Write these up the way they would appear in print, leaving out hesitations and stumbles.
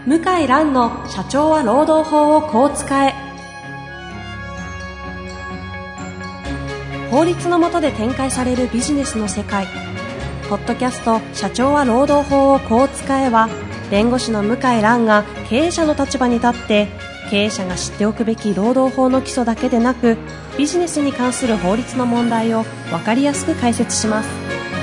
向井蘭の社長は労働法をこう使え。法律の下で展開されるビジネスの世界。ポッドキャスト社長は労働法をこう使えは、弁護士の向井蘭が経営者の立場に立って経営者が知っておくべき労働法の基礎だけでなく、ビジネスに関する法律の問題を分かりやすく解説します。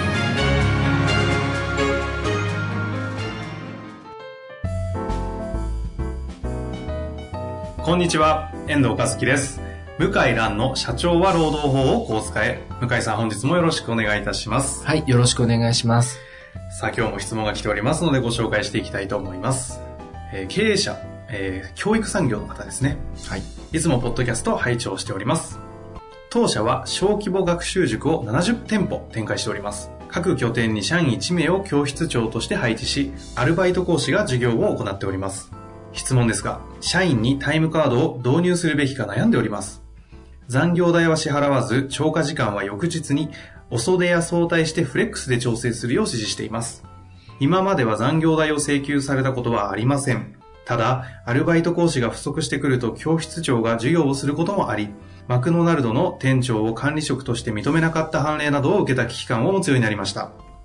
こんにちは、遠藤和樹です。向井蘭の社長は労働法をこう使え。向井さん、本日もよろしくお願いいたします。 はい、よろしくお願いします。 さあ、今日も質問が来ておりますのでご紹介していきたいと思います。経営者、教育産業の方ですね。 はい。 いつもポッドキャストを拝聴しております。当社は小規模学習塾を70店舗展開しております。各拠点に社員1名を教室長として配置し、アルバイト講師が授業を行っております。質問ですが、社員にタイムカードを導入するべきか悩んでおります。残業代は支払わず、超過時間は翌日にお袖や早退してフレックスで調整するよう指示しています。今までは残業代を請求されたことはありません。ただ、アルバイト講師が不足してくると教室長が授業をすることもあり、マクドナルドの店長を管理職として認めなかった判例などを受けた危機感を持つようになりました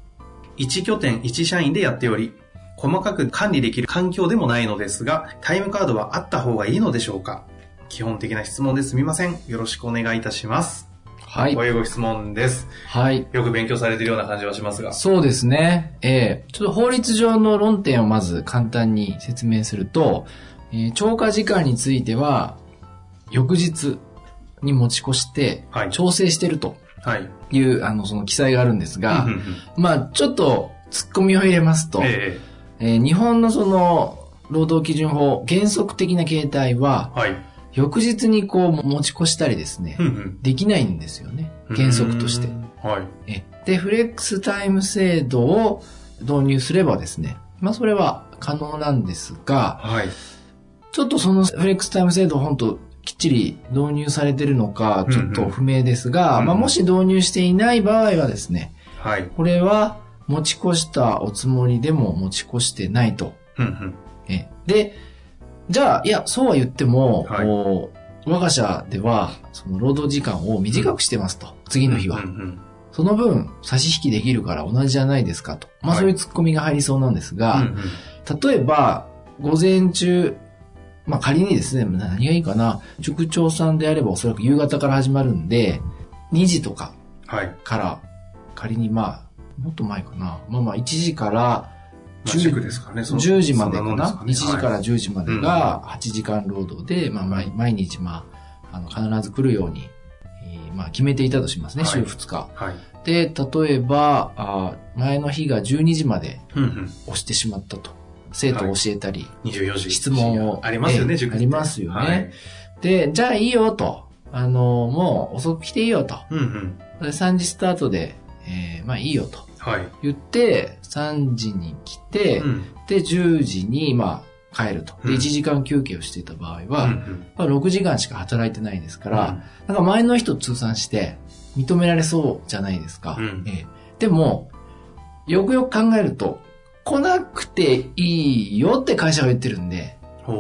。1拠点1社員でやっており、細かく管理できる環境でもないのですが、タイムカードはあった方がいいのでしょうか？基本的な質問ですみません。よろしくお願いいたします。 はい。 ご質問です。 はい。 よく勉強されているような感じはしますが。 そうですね。ちょっと法律上の論点をまず簡単に説明すると、超過時間については、翌日に持ち越して、調整してるという、その記載があるんですが、まあちょっと突っ込みを入れますと、日本のその労働基準法原則的な形態は、翌日にこう持ち越したりですね、できないんですよね、原則として。で、フレックスタイム制度を導入すればですね、まあそれは可能なんですが、ちょっとそのフレックスタイム制度本当きっちり導入されてるのかちょっと不明ですが、まあもし導入していない場合はですね、これは持ち越したおつもりでも持ち越してないと。で、じゃあ、いや、そうは言っても、我が社では、その労働時間を短くしてますと。次の日は。その分、差し引きできるから同じじゃないですかと。まあそういうツッコミが入りそうなんですが、例えば、午前中、まあ仮にですね、何がいいかな。塾長さんであればおそらく夕方から始まるんで、2時とかから、仮にまあ、もっと前かな。まあ1時から10時までかな。1時から10時までが8時間労働で、まあ毎日必ず来るように、まあ決めていたとしますね、週2日。で、例えば、前の日が12時まで押してしまったと。生徒を教えたり、 24時質問を。 ありますよね、塾って。 ありますよね。で、じゃあいいよと。もう遅く来ていいよと。で3時スタートで、まあいいよと。言って、3時に来て、で、10時に、まあ、帰ると。で、1時間休憩をしていた場合は、まあ、6時間しか働いてないですから、なんか前の人通算して、認められそうじゃないですか。でも、よくよく考えると、来なくていいよって会社は言ってるんで、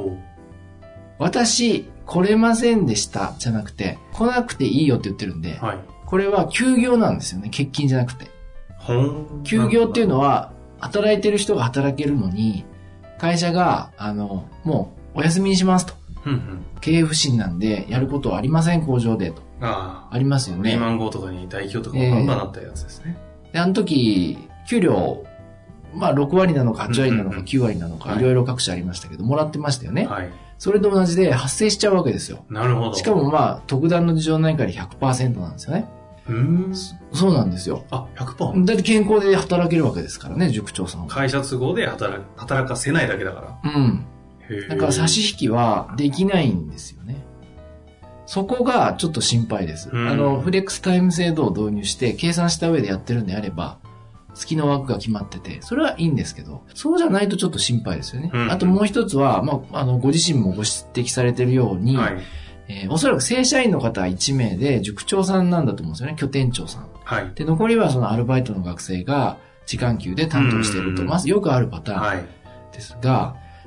私、来れませんでした、じゃなくて、来なくていいよって言ってるんで、これは休業なんですよね、欠勤じゃなくて。休業っていうのは、働いてる人が働けるのに、会社が、もう、お休みにしますと。経営不振なんで、やることはありません、工場で、と。ありますよね。 リーマン号とかに代表とかバンバンなったやつですね。 で、あの時、給料、まあ、6割なのか、8割なのか、9割なのか、いろいろ各社ありましたけど、もらってましたよね。それと同じで発生しちゃうわけですよ。 なるほど。 しかもまあ、特段の事情ないから 100% なんですよね。そうなんですよ。 100%? だって健康で働けるわけですからね、塾長さんは。 会社都合で働かせないだけだから。 だから差し引きはできないんですよね。そこがちょっと心配です。フレックスタイム制度を導入して計算した上でやってるんであれば、月の枠が決まってて、それはいいんですけど、そうじゃないとちょっと心配ですよね。あともう一つは、まあ、ご自身もご指摘されているように、おそらく正社員の方は1名で塾長さんなんだと思うんですよね、拠店長さん。で、残りはそのアルバイトの学生が時間給で担当していると、まずよくあるパターンですが、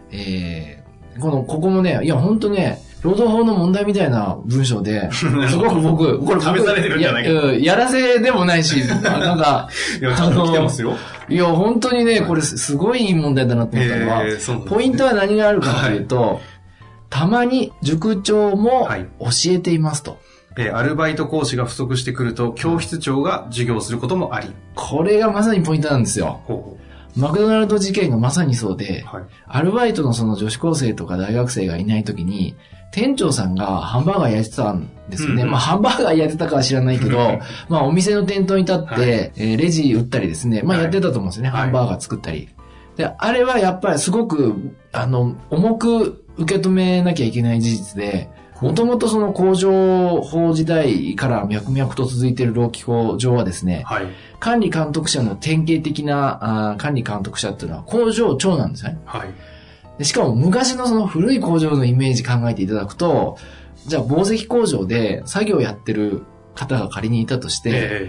ここもね、いや、ほんとね、労働法の問題みたいな文章で、すごく僕、これ試されてるんじゃないか。 やらせでもないし、なんか、 いや、ちゃんと来てますよ。 いや、本当にね、これすごいいい問題だなと思ったのは、ポイントは何があるかというと、たまに塾長も教えていますと。 アルバイト講師が不足してくると、教室長が授業することもあり。 これがまさにポイントなんですよ。マクドナルド事件がまさにそうで、アルバイトのその女子高生とか大学生がいないときに、店長さんがハンバーガー焼いてたんですよね。まあハンバーガー焼いてたかは知らないけど、まあお店の店頭に立って、レジ打ったりですね、まあやってたと思うんですよね。ハンバーガー作ったり。で、あれはやっぱりすごく、重く受け止めなきゃいけない事実で、もともとその工場法時代から脈々と続いている労基法上はですね、管理監督者の典型的な管理監督者っていうのは工場長なんですね。でしかも昔のその古い工場のイメージ考えていただくと、じゃあ紡績工場で作業やってる方が仮にいたとして、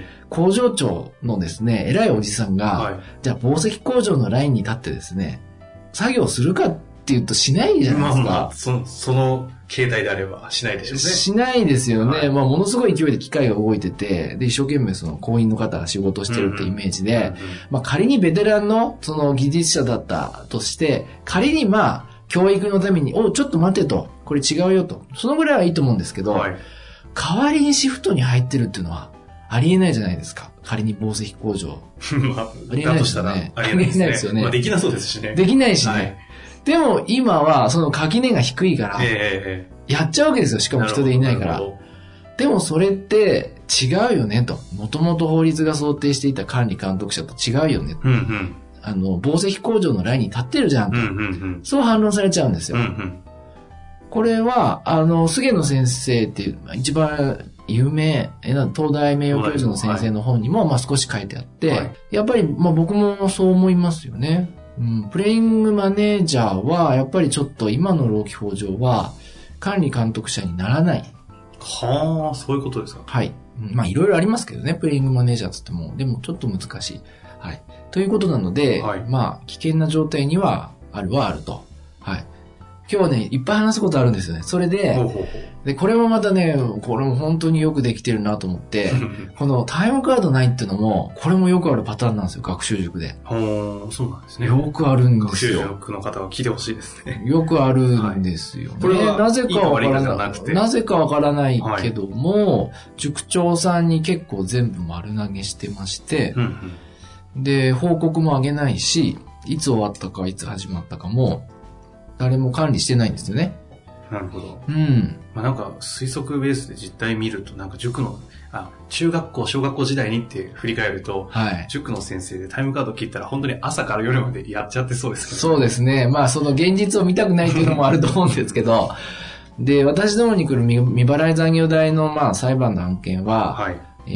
工場長のですね、偉いおじさんが、じゃあ紡績工場のラインに立ってですね、作業するかっていうとしないじゃないですか。 まあ、その形態であればしないでしょうね。 しないですよね。まあ、ものすごい勢いで機械が動いてて、で、一生懸命その工員の方が仕事をしてるってイメージで、まあ、仮にベテランのその技術者だったとして、仮にまあ、教育のために、ちょっと待てと、これ違うよと、そのぐらいはいいと思うんですけど、代わりにシフトに入ってるっていうのは、ありえないじゃないですか。仮に紡績工場。 まあ、ありえないですよね。 ありえないですよね。 まあ、できなそうですしね。 できないしね。でも今はその垣根が低いから、やっちゃうわけですよ。しかも人でいないから。でもそれって違うよねと。もともと法律が想定していた管理監督者と違うよね。紡績工場のラインに立ってるじゃんと。そう反論されちゃうんですよ。これは、菅野先生っていう、一番有名、東大名誉教授の先生の本にも、まあ少し書いてあって、やっぱり、まあ僕もそう思いますよね。プレイングマネージャーは、やっぱりちょっと今の労基法上は、管理監督者にならない。 はあ、そういうことですか。 はい。まあいろいろありますけどね、プレイングマネージャーつっても、でもちょっと難しい。はい。ということなので、まあ危険な状態にはあると。はい。今日はね、いっぱい話すことあるんですよね。それで、で、これもまたね、これも本当によくできてるなと思って、このタイムカードないっていうのも、これもよくあるパターンなんですよ、学習塾で。 そうなんですね。 よくあるんですよ。 学習塾の方は聞いてほしいですね。 よくあるんですよ。これはなぜかわからないけども、塾長さんに結構全部丸投げしてまして、で、報告もあげないし、いつ終わったか、いつ始まったかも、誰も管理してないんですよね。 なるほど。まあなんか推測ベースで実態見ると、なんか塾の、中学校、小学校時代にって振り返ると、塾の先生でタイムカード切ったら本当に朝から夜までやっちゃってそうですけど。 そうですね。まあその現実を見たくないというのもあると思うんですけど、で、私どもに来る未払い残業代のまあ裁判の案件は、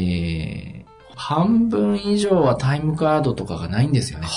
半分以上はタイムカードとかがないんですよね。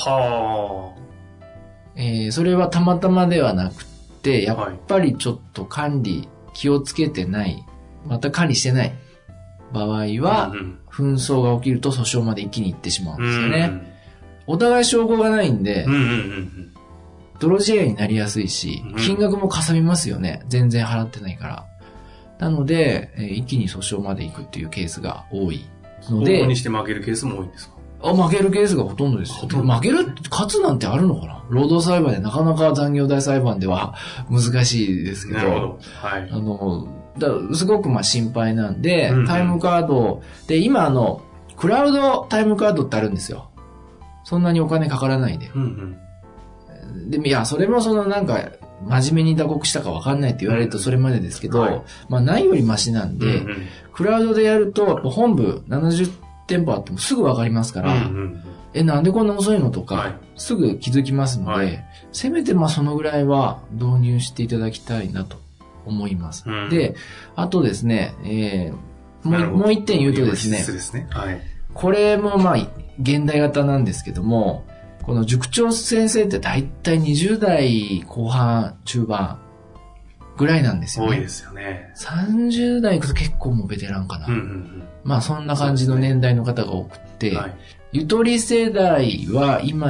それはたまたまではなくて、やっぱりちょっと管理気をつけてない、また管理してない場合は、紛争が起きると訴訟まで一気に行ってしまうんですよね。お互い証拠がないんで、泥仕合になりやすいし、金額もかさみますよね。全然払ってないから。なので、一気に訴訟まで行くっていうケースが多いので。 法にして負けるケースも多いんですか？ 負けるケースがほとんどですよ。負ける、勝つなんてあるのかな？労働裁判でなかなか残業代裁判では難しいですけど。 なるほど。すごくまあ心配なんで、タイムカードで、今クラウドタイムカードってあるんですよ。そんなにお金かからないで。で、いや、それもなんか、真面目に打刻したか分かんないって言われるとそれまでですけど、まあないよりマシなんで、クラウドでやると、本部70店舗あってもすぐ分かりますから、なんでこんな遅いのとか、すぐ気づきますので、せめてまあそのぐらいは導入していただきたいなと思います。で、あとですね、もう一点言うとですね、これもまあ現代型なんですけども、この塾長先生って大体20代後半、中盤ぐらいなんですよね。 多いですよね。 30代行くと結構もうベテランかな。 うんうんうん、 まあそんな感じの年代の方が多くて、はい、ゆとり世代は今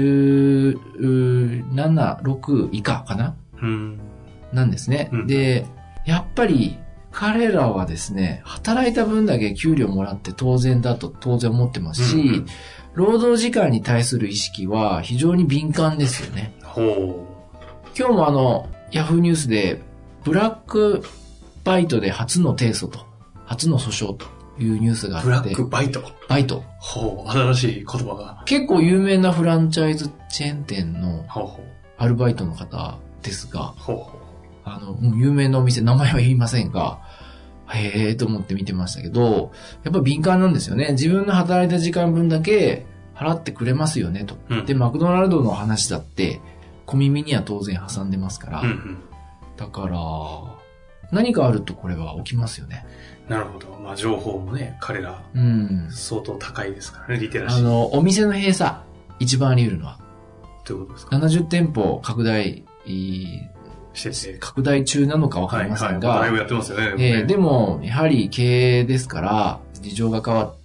27、6以下かな、うん、なんですね、うん。で、やっぱり彼らはですね、働いた分だけ給料もらって当然だと当然思ってますし、うんうん、労働時間に対する意識は非常に敏感ですよね。ほう。今日もヤフーニュースでブラックバイトで初の提訴と、初の訴訟というニュースがあって。 ブラックバイト？ バイト。 ほう、新しい言葉が。 結構有名なフランチャイズチェーン店のアルバイトの方ですが、ほうほう、もう有名なお店、名前は言いませんが、へーと思って見てましたけど、やっぱ敏感なんですよね。自分の働いた時間分だけ払ってくれますよねと。うん、で、マクドナルドの話だって、小耳には当然挟んでますから、うんうん、だから何かあるとこれは起きますよね。 なるほど。まあ情報もね、彼ら相当高いですからね、リテラシー。 お店の閉鎖一番あり得るのはどういうことですか ？70店舗拡大拡大中なのか分かりませんが、 はいはい、やってますよね。 でもやはり経営ですから事情が変わって、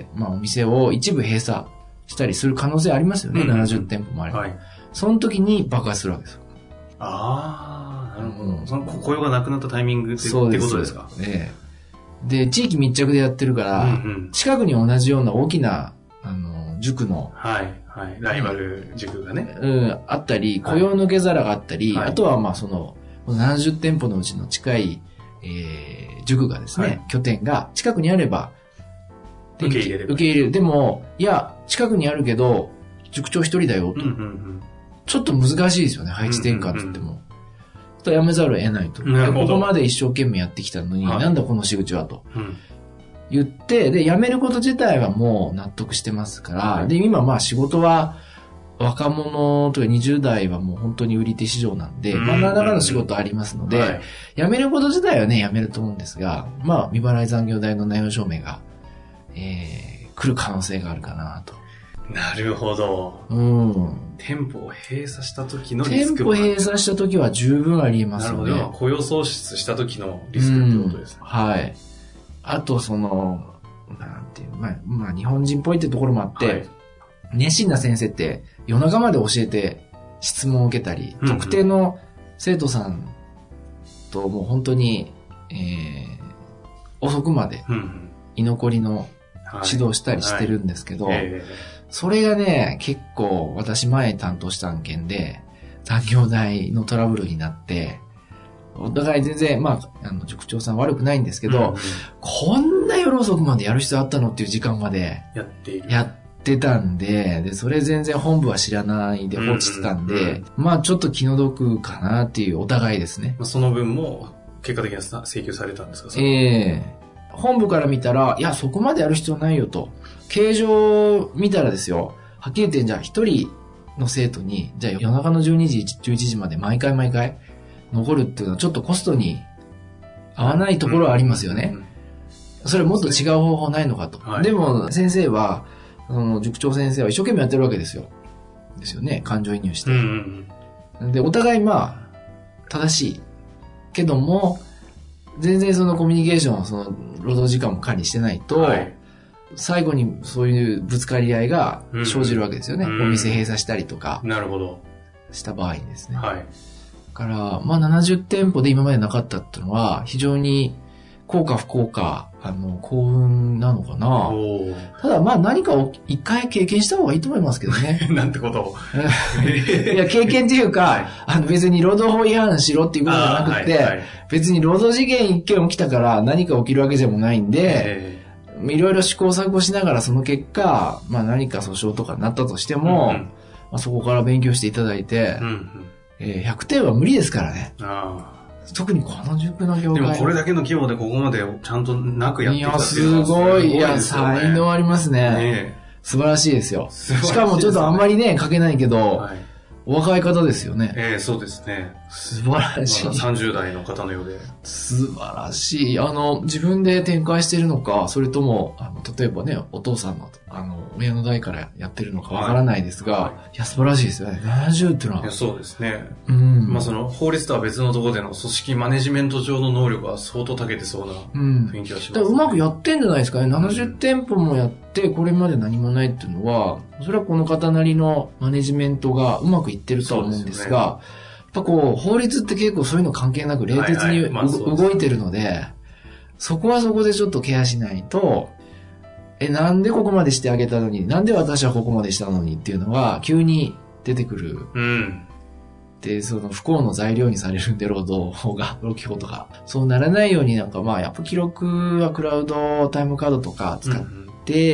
まあお店を一部閉鎖したりする可能性ありますよね。70店舗もあれば。はい、その時に爆発するわけですよ。 ああ、なるほど。その雇用がなくなったタイミングってことですか？ で、地域密着でやってるから、うんうん、近くに同じような大きな、塾の、 はいはい、ライバル塾がね、 あったり、雇用の受け皿があったり、はい、あとはまあ70店舗のうちの近い、塾がですね、はい、拠点が近くにあれば、 受け入れる。 でも、いや、近くにあるけど、塾長一人だよと、うんうんうん。ちょっと難しいですよね、配置転換って言っても。うんうんうん、とやめざるを得ないと。ここまで一生懸命やってきたのに、はい、なんだこの仕口はと。言って、で、辞めること自体はもう納得してますから、はい、で、今まあ仕事は、若者とか20代はもう本当に売り手市場なんで、まあ何らかの仕事ありますので、はい、辞めること自体はね、辞めると思うんですが、まあ未払い残業代の内容証明が、来る可能性があるかなと。 なるほど。うん。店舗を閉鎖した時のリスク。 店舗閉鎖した時は十分ありえますよね。 なるほど。雇用創出した時のリスクってことですね。 はい。あとなんていう、まあ日本人っぽいってところもあって、はい、熱心な先生って夜中まで教えて質問を受けたり、特定の生徒さんともう本当に、遅くまで居残りの指導したりしてるんですけど、それがね、結構私前担当した案件で残業代のトラブルになって、お互い全然、まあ、塾長さん悪くないんですけど、うんうん、こんな夜遅くまでやる必要あったのっていう時間までやってたんで、それ全然本部は知らないで放置してたんで、うんうんうん、まあちょっと気の毒かなっていうお互いですね。 その分も結果的には請求されたんですか？ 本部から見たら、いや、そこまでやる必要ないよと。形状見たらですよ、はっきり言ってじゃあ一人の生徒に、じゃあ夜中の12時、11時まで毎回残るっていうのはちょっとコストに合わないところはありますよね。うんうんうん、それもっと違う方法ないのかと。はい、でも先生は、塾長先生は一生懸命やってるわけですよ。ですよね。感情移入して。うんうん、で、お互いまあ、正しい。けども、全然そのコミュニケーションを労働時間も管理してないと、はい、最後にそういうぶつかり合いが生じるわけですよね。うん、お店閉鎖したりとか。 なるほど。 した場合にですね。 はい。 だから、まあ70店舗で今までなかったっていうのは、非常に効果不効果、幸運なのかな。ただまあ何かを一回経験した方がいいと思いますけどね。 なんてことを。 いや、経験っていうか、はい、別に労働法違反しろっていうことじゃなくて、はいはい、別に労働事件一件起きたから何か起きるわけでもないんで、いろいろ試行錯誤しながらその結果、まあ何か訴訟とかになったとしても、うんうん、まあ、そこから勉強していただいて、うんうん100点は無理ですからね。特にこの塾の業界。 でもこれだけの規模でここまでちゃんとなくやってきたっていうのはすごい。いや、才能ありますね。素晴らしいですよ。しかもちょっとあんまりね、書けないけど、はい、お若い方ですよね。 そうですね。 素晴らしい。 30代の方のようで。 素晴らしい。自分で展開しているのか、それとも、例えばね、お父さんの、親の代からやってるのかわからないですが、いや、素晴らしいですよね。70っていうのは。 いや、そうですね。 うん。 まあ、法律とは別のところでの組織マネジメント上の能力は相当長けてそうな雰囲気がします、ね。 うまくやってんじゃないですかね。70店舗もやって、これまで何もないっていうのは、それはこの方なりのマネジメントがうまくいってると思うんですが、やっぱ法律って結構そういうの関係なく冷徹に動いてるので、そこはそこでちょっとケアしないと、なんでここまでしてあげたのに、なんで私はここまでしたのにっていうのが急に出てくる。 うん。 で、不幸の材料にされるんで、労働法とか。そうならないようにやっぱ記録はクラウドタイムカードとか使って、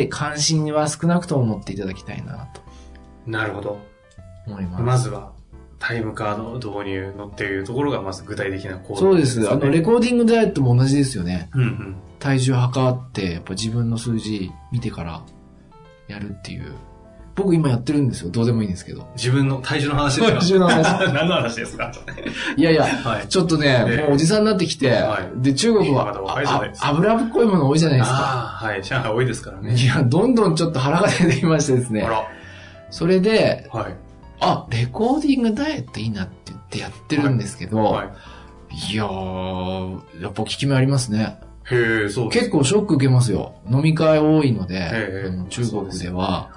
関心は少なくとも持っていただきたいなと。 なるほど。 思います。 まずは、タイムカード導入のっていうところがまず具体的な行動、 そうです。レコーディングダイエットも同じですよね。 うんうん。 体重測って、やっぱ自分の数字見てからやるっていう。僕今やってるんですよ。どうでもいいんですけど。 自分の体重の話ですか？ 体重の話。 何の話ですか？ いやいや、はい、ちょっとね、もうおじさんになってきて、で、中国は油っこいもの多いじゃないですか。 はい、上海多いですからね。 いや、どんどんちょっと腹が出てきましてですね。それで、レコーディングダイエットいいなって言ってやってるんですけど、いやー、やっぱ効き目ありますね。 へえ、そうです。 結構ショック受けますよ。飲み会多いので、中国では、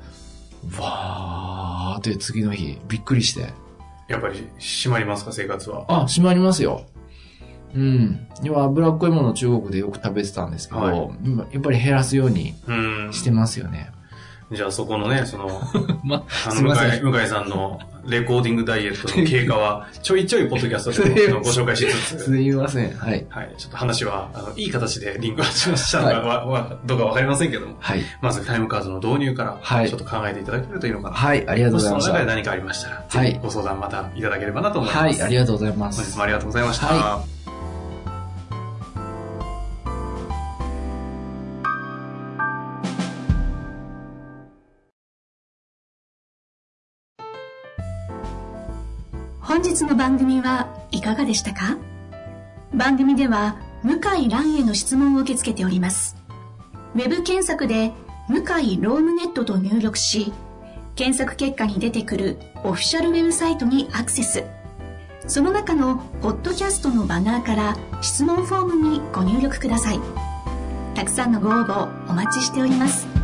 わーって次の日、びっくりして。 やっぱり締まりますか、生活は？ 締まりますよ。うん。今、脂っこいものを中国でよく食べてたんですけど、やっぱり減らすようにしてますよね。 じゃあそこのね、向井さんのレコーディングダイエットの経過は、ちょいちょいポッドキャストでご紹介しつつ。 すいません。はい。 はい。ちょっと話は、いい形でリンクしたのかどうかわかりませんけども。はい。まずタイムカードの導入から、ちょっと考えていただけるといいのかな。 はい。ありがとうございます。 その中で何かありましたら、はい。ご相談またいただければなと思います。はい。 ありがとうございます。 本日もありがとうございました。はい。 本日の番組はいかがでしたか？番組では向井蘭への質問を受け付けております。ウェブ検索で向井ロームネットと入力し、検索結果に出てくるオフィシャルウェブサイトにアクセス。その中のポッドキャストのバナーから質問フォームにご入力ください。たくさんのご応募お待ちしております。